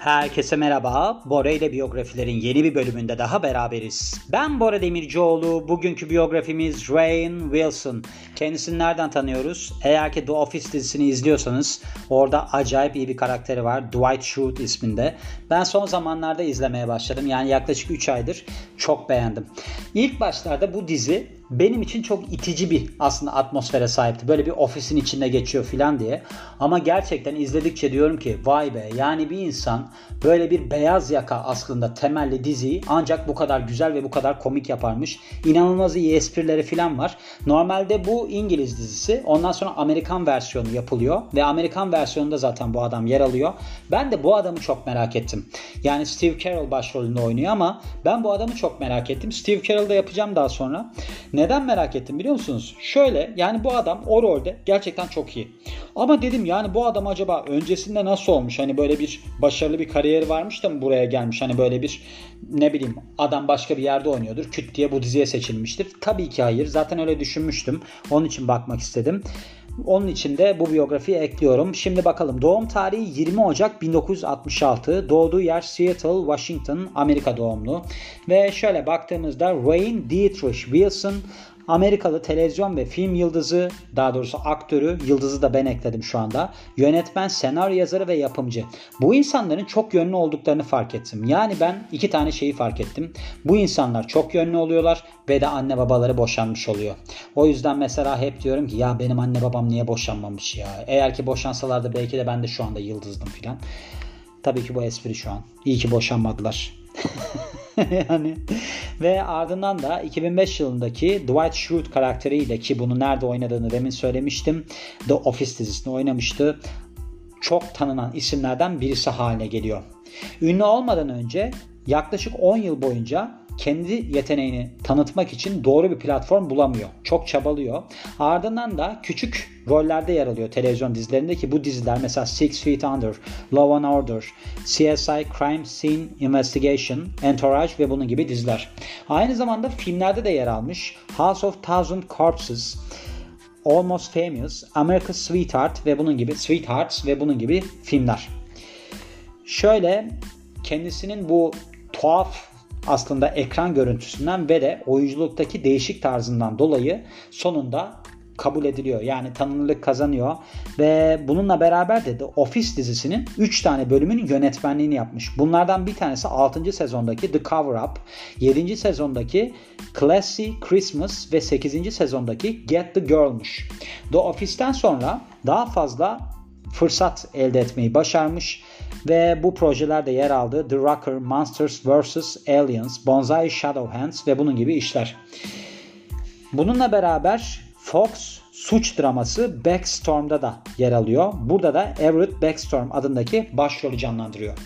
Herkese merhaba. Bora ile biyografilerin yeni bir bölümünde daha beraberiz. Ben Bora Demircioğlu. Bugünkü biyografimiz Rainn Wilson. Kendisini nereden tanıyoruz? Eğer ki The Office dizisini izliyorsanız orada acayip iyi bir karakteri var. Dwight Schrute isminde. Ben son zamanlarda izlemeye başladım. Yani yaklaşık 3 aydır çok beğendim. İlk başlarda bu dizi benim için çok itici bir aslında atmosfere sahipti. Böyle bir ofisin içinde geçiyor filan diye. Ama gerçekten izledikçe diyorum ki vay be, yani bir insan böyle bir beyaz yaka aslında temelli diziyi ancak bu kadar güzel ve bu kadar komik yaparmış. İnanılmaz iyi esprileri filan var. Normalde bu İngiliz dizisi. Ondan sonra Amerikan versiyonu yapılıyor. Ve Amerikan versiyonunda zaten bu adam yer alıyor. Ben de bu adamı çok merak ettim. Yani Steve Carell başrolünde oynuyor ama ben bu adamı çok merak ettim. Steve Carell'da yapacağım daha sonra. Neden merak ettim biliyor musunuz? Şöyle, yani bu adam o rolde gerçekten çok iyi. Ama dedim yani bu adam acaba öncesinde nasıl olmuş? Hani böyle bir başarılı bir kariyeri varmış da mı buraya gelmiş? Hani böyle bir ne bileyim adam başka bir yerde oynuyordur. Küt diye bu diziye seçilmiştir. Tabii ki hayır. Zaten öyle düşünmüştüm. Onun için bakmak istedim. Onun için de bu biyografiyi ekliyorum. Şimdi bakalım. Doğum tarihi 20 Ocak 1966. Doğduğu yer Seattle, Washington, Amerika doğumlu. Ve şöyle baktığımızda Rainn Dietrich Wilson Amerikalı televizyon ve film yıldızı, daha doğrusu aktörü, yıldızı da ben ekledim şu anda. Yönetmen, senaryo yazarı ve yapımcı. Bu insanların çok yönlü olduklarını fark ettim. Yani ben iki tane şeyi fark ettim. Bu insanlar çok yönlü oluyorlar ve de anne babaları boşanmış oluyor. O yüzden mesela hep diyorum ki ya benim anne babam niye boşanmamış ya? Eğer ki boşansalardı belki de ben de şu anda yıldızdım filan. Tabii ki bu espri şu an. İyi ki boşanmadılar. Yani ve ardından da 2005 yılındaki Dwight Schrute karakteriyle, ki bunu nerede oynadığını demin söylemiştim, The Office dizisinde oynamıştı. Çok tanınan isimlerden birisi haline geliyor. Ünlü olmadan önce yaklaşık 10 yıl boyunca kendi yeteneğini tanıtmak için doğru bir platform bulamıyor. Çok çabalıyor. Ardından da küçük rollerde yer alıyor televizyon dizilerinde, ki bu diziler mesela Six Feet Under, Law and Order, CSI Crime Scene Investigation, Entourage ve bunun gibi diziler. Aynı zamanda filmlerde de yer almış. House of Thousand Corpses, Almost Famous, America's Sweetheart ve bunun gibi filmler. Şöyle, kendisinin bu tuhaf aslında ekran görüntüsünden ve de oyunculuktaki değişik tarzından dolayı sonunda kabul ediliyor. Yani tanınırlık kazanıyor ve bununla beraber de The Office dizisinin 3 tane bölümünün yönetmenliğini yapmış. Bunlardan bir tanesi 6. sezondaki The Cover Up, 7. sezondaki Classy Christmas ve 8. sezondaki Get the Girl'muş. The Office'ten sonra daha fazla fırsat elde etmeyi başarmış ve bu projelerde yer aldı. The Rocker, Monsters vs. Aliens, Bonsai Shadowhands ve bunun gibi işler. Bununla beraber Fox suç draması Backstorm'da da yer alıyor. Burada da Everett Backstorm adındaki başrolü canlandırıyor.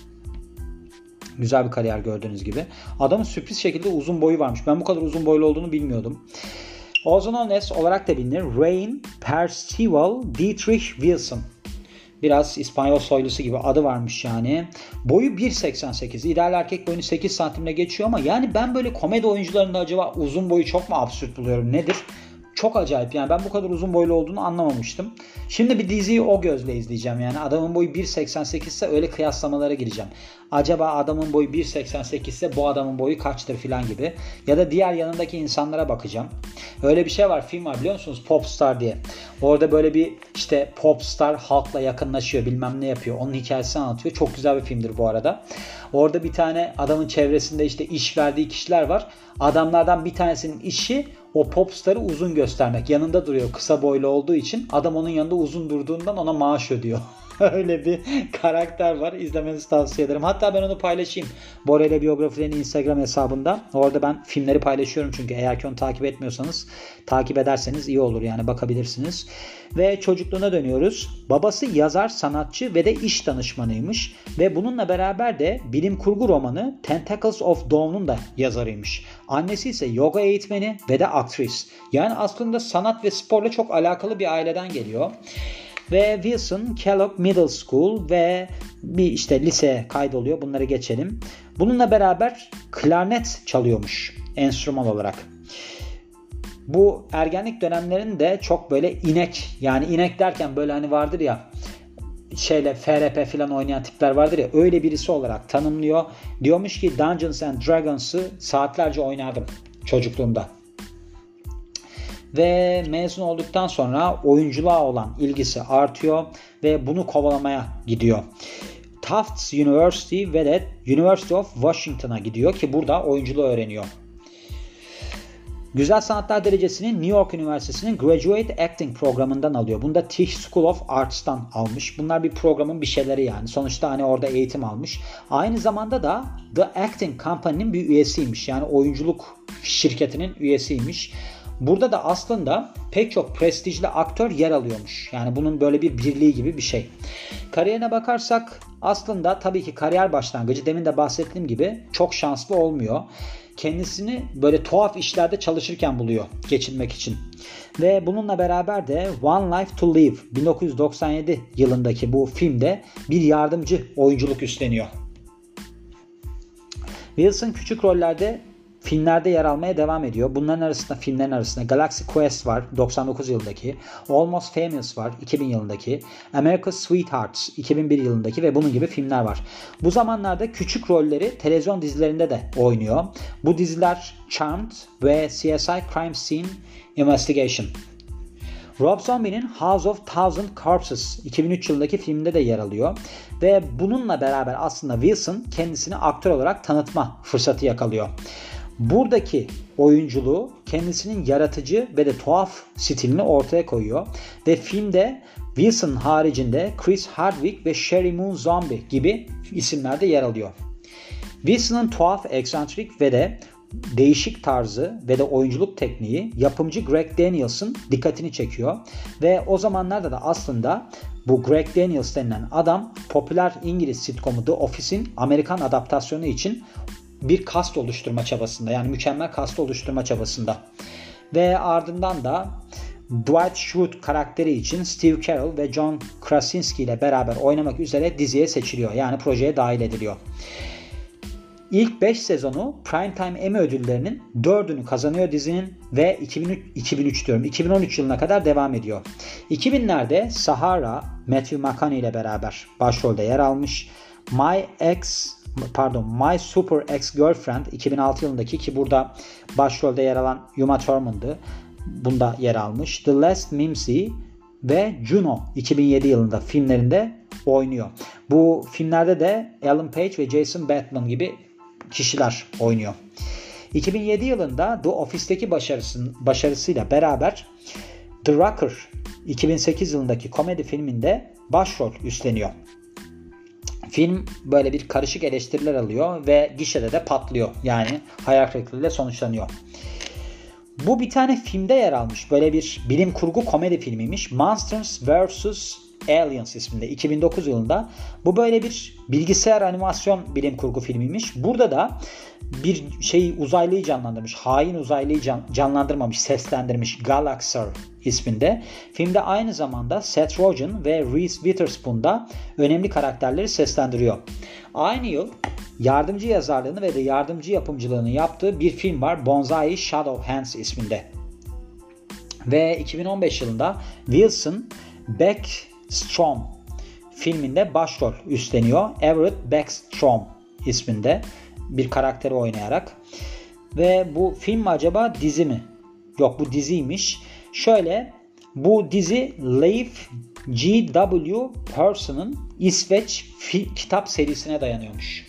Güzel bir kariyer gördüğünüz gibi. Adamın sürpriz şekilde uzun boyu varmış. Ben bu kadar uzun boylu olduğunu bilmiyordum. Also known as olarak da bilinir Rainn Percival Dietrich Wilson. Biraz İspanyol soylusu gibi adı varmış yani. Boyu 1.88. İdeal erkek boyunu 8 santimle geçiyor ama yani ben böyle komedi oyuncularında acaba uzun boyu çok mu absürt buluyorum, nedir? Çok acayip yani, ben bu kadar uzun boylu olduğunu anlamamıştım. Şimdi bir diziyi o gözle izleyeceğim yani. Adamın boyu 1.88 ise öyle kıyaslamalara gireceğim. Acaba adamın boyu 1.88 ise bu adamın boyu kaçtır filan gibi. Ya da diğer yanındaki insanlara bakacağım. Öyle bir şey var, film var biliyor musunuz? Popstar diye. Orada böyle bir işte popstar halkla yakınlaşıyor, bilmem ne yapıyor. Onun hikayesini anlatıyor. Çok güzel bir filmdir bu arada. Orada bir tane adamın çevresinde işte iş verdiği kişiler var. Adamlardan bir tanesinin işi o popstarı uzun göstermek. Yanında duruyor kısa boylu olduğu için. Adam onun yanında uzun durduğundan ona maaş ödüyor. Öyle bir karakter var. İzlemenizi tavsiye ederim. Hatta ben onu paylaşayım. Bora ile biyografilerin Instagram hesabında. Orada ben filmleri paylaşıyorum çünkü eğer ki onu takip etmiyorsanız takip ederseniz iyi olur yani, bakabilirsiniz. Ve çocukluğuna dönüyoruz. Babası yazar, sanatçı ve de iş danışmanıymış. Ve bununla beraber de bilim kurgu romanı Tentacles of Dawn'un da yazarıymış. Annesi ise yoga eğitmeni ve de aktris. Yani aslında sanat ve sporla çok alakalı bir aileden geliyor. Ve Wilson Kellogg Middle School ve bir işte liseye kaydoluyor. Bunları geçelim. Bununla beraber klarnet çalıyormuş enstrüman olarak. Bu ergenlik dönemlerinde çok böyle inek, yani inek derken böyle hani vardır ya FRP falan oynayan tipler vardır ya, öyle birisi olarak tanımlıyor. Diyormuş ki Dungeons and Dragons'ı saatlerce oynardım çocukluğumda. Ve mezun olduktan sonra oyunculuğa olan ilgisi artıyor ve bunu kovalamaya gidiyor. Tufts University ve de University of Washington'a gidiyor ki burada oyunculuğu öğreniyor. Güzel Sanatlar derecesini New York Üniversitesi'nin Graduate Acting programından alıyor. Bunu da Tisch School of Arts'tan almış. Bunlar bir programın bir şeyleri yani. Sonuçta hani orada eğitim almış. Aynı zamanda da The Acting Company'nin bir üyesiymiş. Yani oyunculuk şirketinin üyesiymiş. Burada da aslında pek çok prestijli aktör yer alıyormuş. Yani bunun böyle bir birliği gibi bir şey. Kariyerine bakarsak aslında tabii ki kariyer başlangıcı demin de bahsettiğim gibi çok şanslı olmuyor. Kendisini böyle tuhaf işlerde çalışırken buluyor geçinmek için. Ve bununla beraber de One Life to Live 1997 yılındaki bu filmde bir yardımcı oyunculuk üstleniyor. Wilson küçük rollerde filmlerde yer almaya devam ediyor. Bunların filmlerin arasında Galaxy Quest var 99 yılındaki, Almost Famous var 2000 yılındaki, America's Sweethearts 2001 yılındaki ve bunun gibi filmler var. Bu zamanlarda küçük rolleri televizyon dizilerinde de oynuyor. Bu diziler Charmed ve CSI Crime Scene Investigation. Rob Zombie'nin House of Thousand Corpses 2003 yılındaki filminde de yer alıyor. Ve bununla beraber aslında Wilson kendisini aktör olarak tanıtma fırsatı yakalıyor. Buradaki oyunculuğu kendisinin yaratıcı ve de tuhaf stilini ortaya koyuyor. Ve filmde Wilson haricinde Chris Hardwick ve Sheri Moon Zombie gibi isimler de yer alıyor. Wilson'ın tuhaf, eksantrik ve de değişik tarzı ve de oyunculuk tekniği yapımcı Greg Daniels'ın dikkatini çekiyor. Ve o zamanlarda da aslında bu Greg Daniels denilen adam popüler İngiliz sitcomu The Office'in Amerikan adaptasyonu için bir kast oluşturma çabasında, yani mükemmel kast oluşturma çabasında. Ve ardından da Dwight Schrute karakteri için Steve Carell ve John Krasinski ile beraber oynamak üzere diziye seçiliyor. Yani projeye dahil ediliyor. İlk 5 sezonu Primetime Emmy ödüllerinin 4'ünü kazanıyor dizinin ve 2013 yılına kadar devam ediyor. 2000'lerde Sahara, Matthew McConaughey ile beraber başrolde yer almış. My Super Ex-Girlfriend 2006 yılındaki, ki burada başrolde yer alan Uma Thurman'dı. Bunda yer almış. The Last Mimsy ve Juno 2007 yılında filmlerinde oynuyor. Bu filmlerde de Ellen Page ve Jason Bateman gibi kişiler oynuyor. 2007 yılında The Office'teki başarısıyla beraber The Rocker 2008 yılındaki komedi filminde başrol üstleniyor. Film böyle bir karışık eleştiriler alıyor ve gişede de patlıyor. Yani hayal kırıklığıyla sonuçlanıyor. Bu bir tane filmde yer almış. Böyle bir bilim kurgu komedi filmiymiş. Monsters vs. Aliens isminde 2009 yılında. Bu böyle bir bilgisayar animasyon bilim kurgu filmiymiş. Burada da bir uzaylıyı canlandırmış. Hain uzaylıyı canlandırmamış, seslendirmiş. Galaxer isminde. Filmde aynı zamanda Seth Rogen ve Reese Witherspoon da önemli karakterleri seslendiriyor. Aynı yıl yardımcı yazarlığını ve de yardımcı yapımcılığını yaptığı bir film var. Bonsai Shadow Hands isminde. Ve 2015 yılında Wilson Backstrom filminde başrol üstleniyor. Everett Backstrom isminde bir karakteri oynayarak. Ve bu film mi acaba, dizi mi? Yok, bu diziymiş. Şöyle, bu dizi Leif G.W. Person'ın İsveç kitap serisine dayanıyormuş.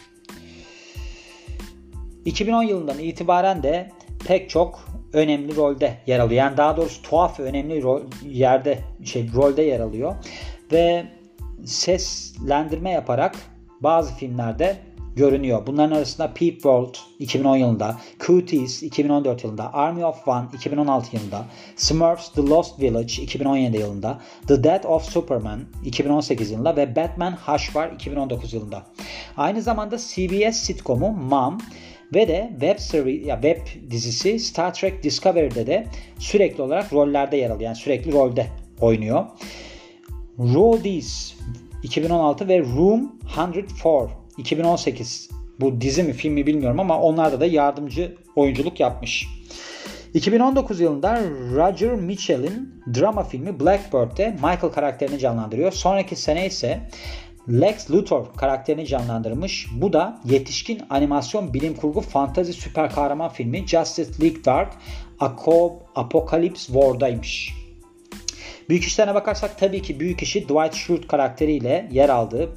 2010 yılından itibaren de pek çok önemli rolde yer alıyor. Yani daha doğrusu tuhaf ve önemli rolde yer alıyor. Ve seslendirme yaparak bazı filmlerde görünüyor. Bunların arasında Peep World 2010 yılında, Cuties 2014 yılında, Army of One 2016 yılında, Smurfs The Lost Village 2017 yılında, The Death of Superman 2018 yılında ve Batman Hush var 2019 yılında. Aynı zamanda CBS sitcomu Mom ve de web dizisi Star Trek Discovery'de de sürekli olarak rollerde yer alıyor. Yani sürekli rolde oynuyor. Roadies 2016 ve Room 104 2018. Bu dizi mi film mi bilmiyorum ama onlarda da yardımcı oyunculuk yapmış. 2019 yılında Roger Mitchell'in drama filmi Blackbird'de Michael karakterini canlandırıyor. Sonraki sene ise Lex Luthor karakterini canlandırmış. Bu da yetişkin animasyon bilim kurgu fantazi süper kahraman filmi Justice League Dark Apocalypse War'daymış. Büyük işlerine bakarsak tabii ki büyük işi Dwight Schrute karakteriyle yer aldığı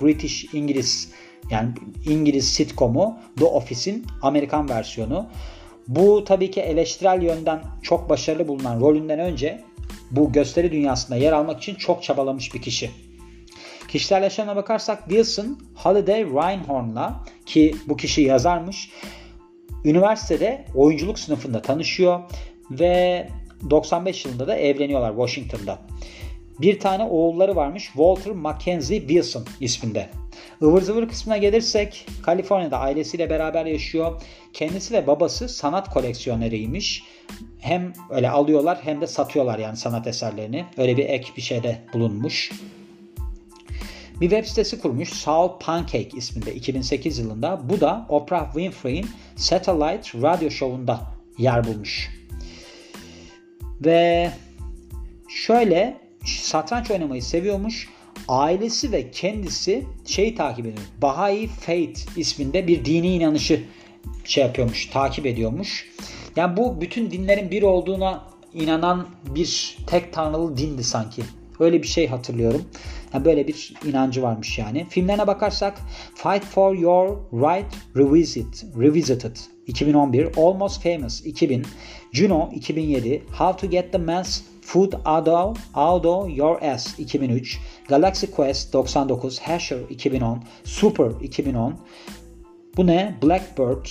İngiliz sitcomu The Office'in Amerikan versiyonu. Bu tabii ki eleştirel yönden çok başarılı bulunan rolünden önce bu gösteri dünyasında yer almak için çok çabalamış bir kişi. Kişisel yaşamına bakarsak Wilson, Holiday Reinhorn'la, ki bu kişi yazarmış, üniversitede oyunculuk sınıfında tanışıyor ve 95 yılında da evleniyorlar Washington'da. Bir tane oğulları varmış, Walter Mackenzie Wilson isminde. Ivır zıvır kısmına gelirsek Kaliforniya'da ailesiyle beraber yaşıyor. Kendisi ve babası sanat koleksiyoneriymiş. Hem öyle alıyorlar hem de satıyorlar yani sanat eserlerini. Öyle bir ek bir şeyde bulunmuş. Bir web sitesi kurmuş, Soul Pancake isminde 2008 yılında. Bu da Oprah Winfrey'in Satellite radyo şovunda yer bulmuş. Ve şöyle satranç oynamayı seviyormuş. Ailesi ve kendisi takip ediyor. Baha'i Faith isminde bir dini inanışı takip ediyormuş. Yani bu bütün dinlerin bir olduğuna inanan bir tek tanrılı dindi sanki. Öyle bir şey hatırlıyorum. Yani böyle bir inancı varmış yani. Filmlerine bakarsak Fight for Your Right Revisited 2011, Almost Famous 2000, Juno 2007, How to Get the Man's Food Out of Your Ass 2003, Galaxy Quest 99, Hasher 2010, Super 2010, bu ne? Blackbird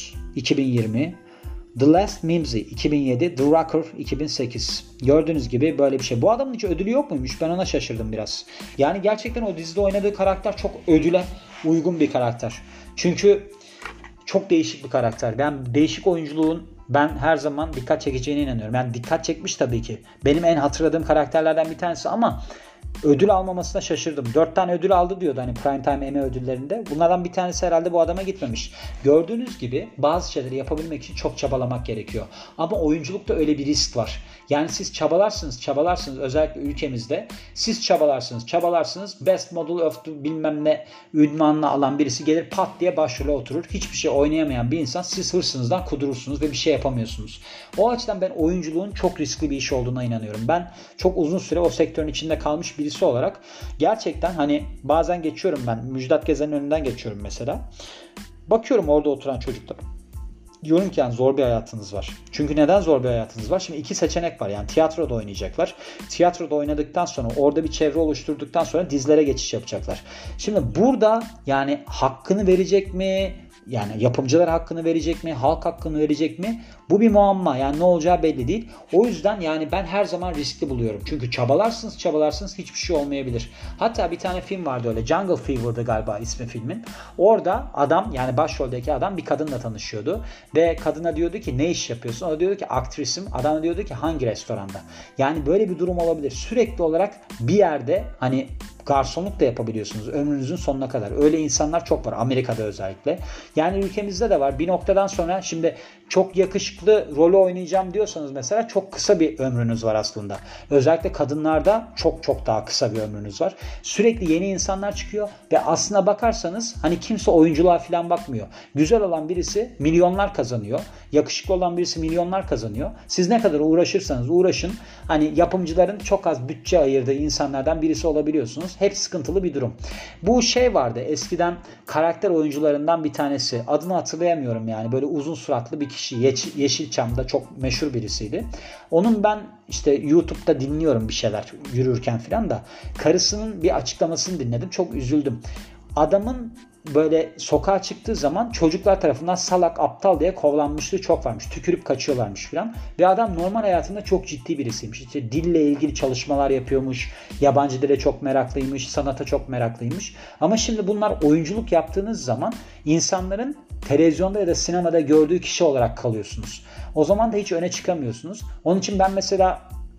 2020, The Last Mimsy 2007, The Rocker 2008. Gördüğünüz gibi böyle bir şey. Bu adamın hiç ödülü yok muymuş? Ben ona şaşırdım biraz. Yani gerçekten o dizide oynadığı karakter çok ödüle uygun bir karakter. Çünkü çok değişik bir karakter. Değişik oyunculuğun her zaman dikkat çekeceğine inanıyorum. Yani dikkat çekmiş tabii ki. Benim en hatırladığım karakterlerden bir tanesi ama ödül almamasına şaşırdım. 4 tane ödül aldı diyordu hani Primetime Emmy ödüllerinde. Bunlardan bir tanesi herhalde bu adama gitmemiş. Gördüğünüz gibi bazı şeyleri yapabilmek için çok çabalamak gerekiyor. Ama oyunculukta öyle bir risk var. Yani siz çabalarsınız özellikle ülkemizde. Siz çabalarsınız. Best Model of the bilmem ne ünvanını alan birisi gelir pat diye başrole oturur. Hiçbir şey oynayamayan bir insan, siz hırsınızdan kudurursunuz ve bir şey yapamıyorsunuz. O açıdan ben oyunculuğun çok riskli bir iş olduğuna inanıyorum. Ben çok uzun süre o sektörün içinde kalmış birisi olarak gerçekten hani bazen geçiyorum, ben Müjdat Gezen'in önünden geçiyorum mesela. Bakıyorum orada oturan çocuklar. Diyorum ki yani zor bir hayatınız var. Çünkü neden zor bir hayatınız var? Şimdi iki seçenek var. Yani tiyatroda oynayacaklar. Tiyatroda oynadıktan sonra orada bir çevre oluşturduktan sonra dizilere geçiş yapacaklar. Şimdi burada yani hakkını verecek mi? Yani yapımcılar hakkını verecek mi? Halk hakkını verecek mi? Bu bir muamma. Yani ne olacağı belli değil. O yüzden yani ben her zaman riskli buluyorum. Çünkü çabalarsınız hiçbir şey olmayabilir. Hatta bir tane film vardı öyle. Jungle Fever'dı galiba ismi filmin. Orada adam, yani başroldeki adam bir kadınla tanışıyordu. Ve kadına diyordu ki ne iş yapıyorsun? O da diyordu ki aktrisim. Adam diyordu ki hangi restoranda? Yani böyle bir durum olabilir. Sürekli olarak bir yerde hani garsonluk da yapabiliyorsunuz ömrünüzün sonuna kadar. Öyle insanlar çok var Amerika'da özellikle. Yani ülkemizde de var. Bir noktadan sonra şimdi çok yakışıklı rolü oynayacağım diyorsanız mesela çok kısa bir ömrünüz var aslında. Özellikle kadınlarda çok daha kısa bir ömrünüz var. Sürekli yeni insanlar çıkıyor ve aslına bakarsanız hani kimse oyunculuğa falan bakmıyor. Güzel olan birisi milyonlar kazanıyor. Yakışıklı olan birisi milyonlar kazanıyor. Siz ne kadar uğraşırsanız uğraşın hani yapımcıların çok az bütçe ayırdığı insanlardan birisi olabiliyorsunuz. Hep sıkıntılı bir durum. Bu vardı eskiden karakter oyuncularından bir tanesi. Adını hatırlayamıyorum yani. Böyle uzun suratlı bir kişi. Yeşilçam'da çok meşhur birisiydi. Onun ben işte YouTube'da dinliyorum bir şeyler yürürken falan da. Karısının bir açıklamasını dinledim. Çok üzüldüm. Adamın böyle sokağa çıktığı zaman çocuklar tarafından salak, aptal diye kovlanmışlığı çok varmış. Tükürüp kaçıyorlarmış falan. Ve adam normal hayatında çok ciddi birisiymiş. İşte dille ilgili çalışmalar yapıyormuş. Yabancı dile çok meraklıymış. Sanata çok meraklıymış. Ama şimdi bunlar oyunculuk yaptığınız zaman insanların televizyonda ya da sinemada gördüğü kişi olarak kalıyorsunuz. O zaman da hiç öne çıkamıyorsunuz. Onun için ben mesela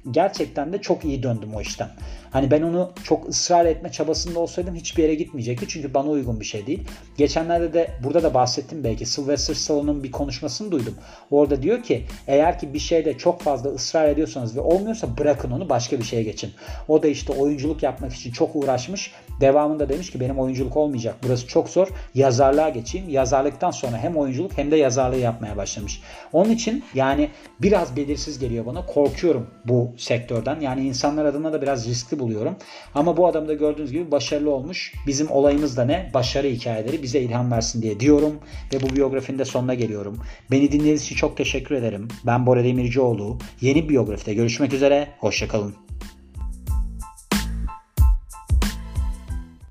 gerçekten de çok iyi döndüm o işten. Hani ben onu çok ısrar etme çabasında olsaydım hiçbir yere gitmeyecekti. Çünkü bana uygun bir şey değil. Geçenlerde de burada da bahsettim belki. Sylvester Stallone'un bir konuşmasını duydum. Orada diyor ki eğer ki bir şeyde çok fazla ısrar ediyorsanız ve olmuyorsa bırakın onu, başka bir şeye geçin. O da işte oyunculuk yapmak için çok uğraşmış. Devamında demiş ki benim oyunculuk olmayacak. Burası çok zor. Yazarlığa geçeyim. Yazarlıktan sonra hem oyunculuk hem de yazarlığı yapmaya başlamış. Onun için yani biraz belirsiz geliyor bana. Korkuyorum bu sektörden. Yani insanlar adına da biraz riskli buluyorum. Ama bu adam da gördüğünüz gibi başarılı olmuş. Bizim olayımız da ne? Başarı hikayeleri bize ilham versin diye diyorum. Ve bu biyografinin de sonuna geliyorum. Beni dinlediğiniz için çok teşekkür ederim. Ben Bora Demircioğlu. Yeni biyografide görüşmek üzere. Hoşça kalın.